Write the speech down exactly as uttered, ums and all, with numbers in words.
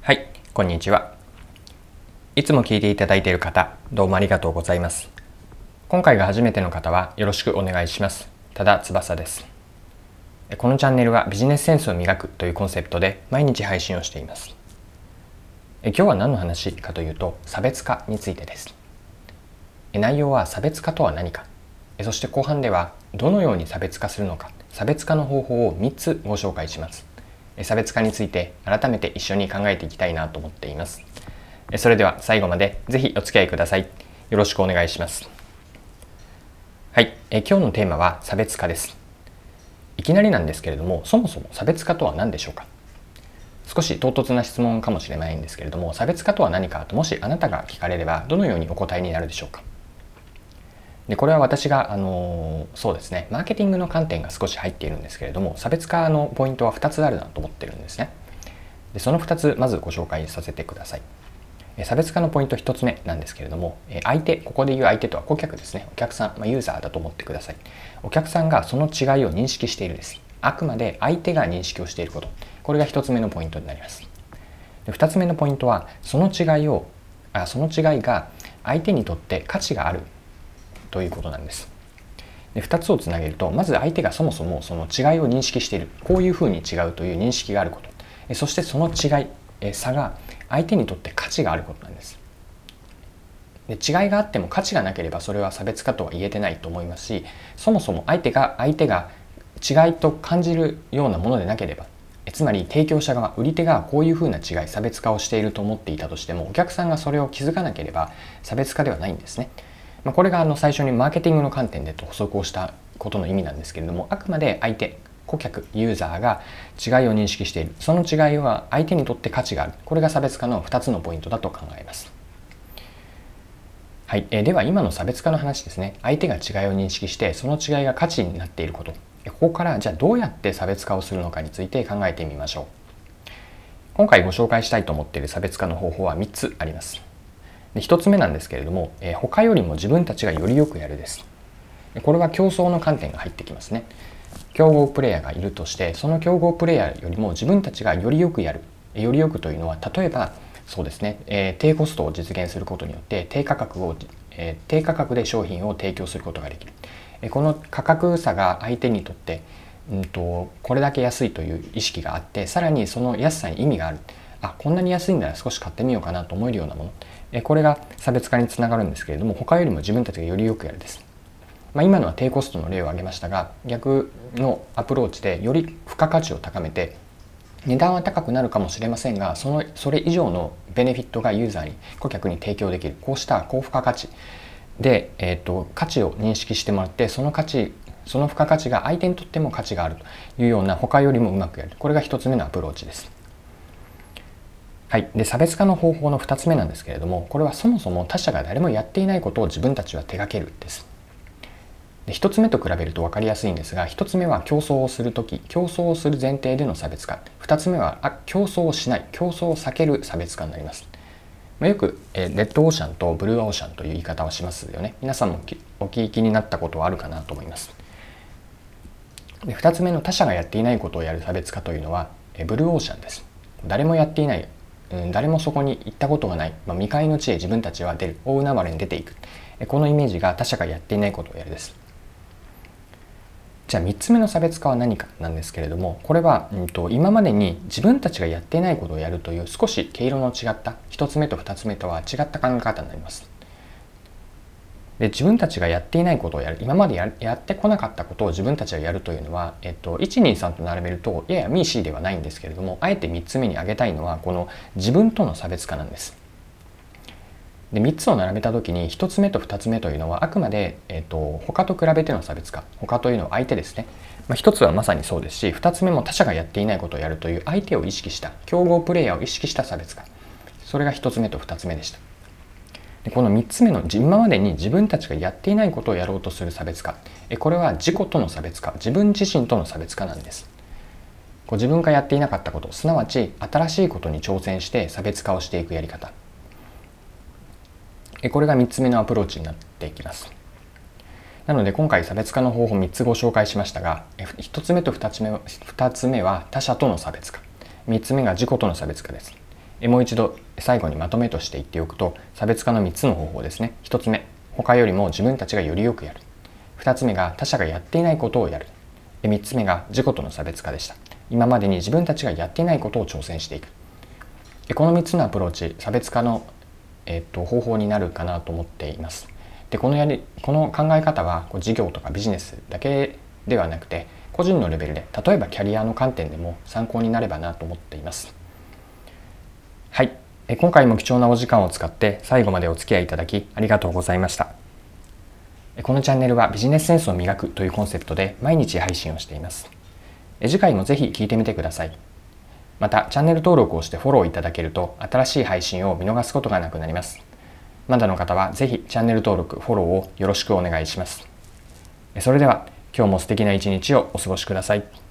はい、こんにちは。いつも聞いていただいている方、どうもありがとうございます。今回が初めての方はよろしくお願いします。多田翼です。このチャンネルはビジネスセンスを磨くというコンセプトで毎日配信をしています。今日は何の話かというと、差別化についてです。内容は差別化とは何か、そして後半ではどのように差別化するのか、差別化の方法をみっつご紹介します。差別化について改めて一緒に考えていきたいなと思っています。それでは最後までぜひお付き合いください。よろしくお願いします。はい、え今日のテーマは差別化です。いきなりなんですけれども、そもそも差別化とは何でしょうか。少し唐突な質問かもしれないんですけれども、差別化とは何かともしあなたが聞かれればどのようにお答えになるでしょうか。でこれは私が、あのー、そうですね、マーケティングの観点が少し入っているんですけれども、差別化のポイントはふたつあるなと思ってるんですね。でそのふたつまずご紹介させてください。差別化のポイントひとつめなんですけれども、相手、ここで言う相手とは顧客ですね。お客さん、まあ、ユーザーだと思ってください。お客さんがその違いを認識しているです。あくまで相手が認識をしていること。これがひとつめのポイントになります。でふたつめのポイントは、その違いをあその違いが相手にとって価値があるということなんです。でふたつをつなげると、まず相手がそもそもその違いを認識している、こういうふうに違うという認識があること、そしてその違い、差が相手にとって価値があることなんです。で違いがあっても価値がなければそれは差別化とは言えてないと思いますし、そもそも相手が相手が違いと感じるようなものでなければ、つまり提供者側、売り手がこういうふうな違い、差別化をしていると思っていたとしても、お客さんがそれを気づかなければ差別化ではないんですね。まあ、これがあの最初にマーケティングの観点で補足をしたことの意味なんですけれども、あくまで相手、顧客、ユーザーが違いを認識している、その違いは相手にとって価値がある、これが差別化のふたつのポイントだと考えます。はい、えー、では今の差別化の話ですね。相手が違いを認識してその違いが価値になっていること、ここからじゃあどうやって差別化をするのかについて考えてみましょう。今回ご紹介したいと思っている差別化の方法はみっつあります。でひとつめなんですけれども、えー、他よりも自分たちがよりよくやるです。これは競争の観点が入ってきますね。競合プレイヤーがいるとして、その競合プレイヤーよりも自分たちがよりよくやる、よりよくというのは、例えばそうですね、えー、低コストを実現することによって低価格を、えー、低価格で商品を提供することができる。えー、この価格差が相手にとって、うんと、これだけ安いという意識があって、さらにその安さに意味がある。あ、こんなに安いんなら少し買ってみようかなと思えるようなもの。えー、これが差別化につながるんですけれども、他よりも自分たちがよりよくやるです。まあ、今のは低コストの例を挙げましたが、逆のアプローチでより付加価値を高めて、値段は高くなるかもしれませんが、そのそれ以上のベネフィットがユーザーに、顧客に提供できる、こうした高付加価値で、えー、と価値を認識してもらって、その価値その付加価値が相手にとっても価値があるというような、他よりもうまくやる、これがひとつめのアプローチです。はい、で差別化の方法のふたつめなんですけれども、これはそもそも他社が誰もやっていないことを自分たちは手掛けるです。でひとつめと比べると分かりやすいんですが、ひとつめは競争をするとき、競争をする前提での差別化、ふたつめはあ競争をしない、競争を避ける差別化になります。まあ、よく、えー、レッドオーシャンとブルーオーシャンという言い方をしますよね。皆さんもお聞きになったことはあるかなと思います。でふたつめの他社がやっていないことをやる差別化というのは、えー、ブルーオーシャンです。誰もやっていない、うん、誰もそこに行ったことがない、まあ、未開の地へ自分たちは出る、大海原に出ていく、えー、このイメージが他社がやっていないことをやるです。じゃあみっつめの差別化は何かなんですけれども、これは、うん、と今までに自分たちがやっていないことをやるという少し毛色の違ったひとつめとふたつめとは違った考え方になります。で自分たちがやっていないことをやる、今まで や, やってこなかったことを自分たちがやるというのは、えっと、いちにさんと並べるとややミーシーではないんですけれども、あえてみっつめに挙げたいのはこの自分との差別化なんです。でみっつを並べた時にひとつめとふたつめというのはあくまで、えー、と他と比べての差別化、他というのは相手ですね。まあ、ひとつはまさにそうですし、ふたつめも他者がやっていないことをやるという相手を意識した、競合プレイヤーを意識した差別化、それがひとつめとふたつめでした。でこのみっつめの今までに自分たちがやっていないことをやろうとする差別化、これは自己との差別化、自分自身との差別化なんです。こう自分がやっていなかったこと、すなわち新しいことに挑戦して差別化をしていくやり方、これがみっつめのアプローチになっていきます。なので今回差別化の方法みっつご紹介しましたが、ひとつめとふたつめは他者との差別化、みっつめが自己との差別化です。 もう一度最後にまとめとして言っておくと、差別化のみっつの方法ですね。ひとつめ、他よりも自分たちがよりよくやる。ふたつめが他者がやっていないことをやる。みっつめが自己との差別化でした。今までに自分たちがやっていないことを挑戦していく。このみっつのアプローチ、差別化の、えっと、方法になるかなと思っています。でこのやりこの考え方はこう事業とかビジネスだけではなくて、個人のレベルで、例えばキャリアの観点でも参考になればなと思っています。はい、今回も貴重なお時間を使って最後までお付き合いいただきありがとうございました。このチャンネルはビジネスセンスを磨くというコンセプトで毎日配信をしています。次回もぜひ聞いてみてください。またチャンネル登録をしてフォローいただけると新しい配信を見逃すことがなくなります。まだの方はぜひチャンネル登録、フォローをよろしくお願いします。それでは今日も素敵な一日をお過ごしください。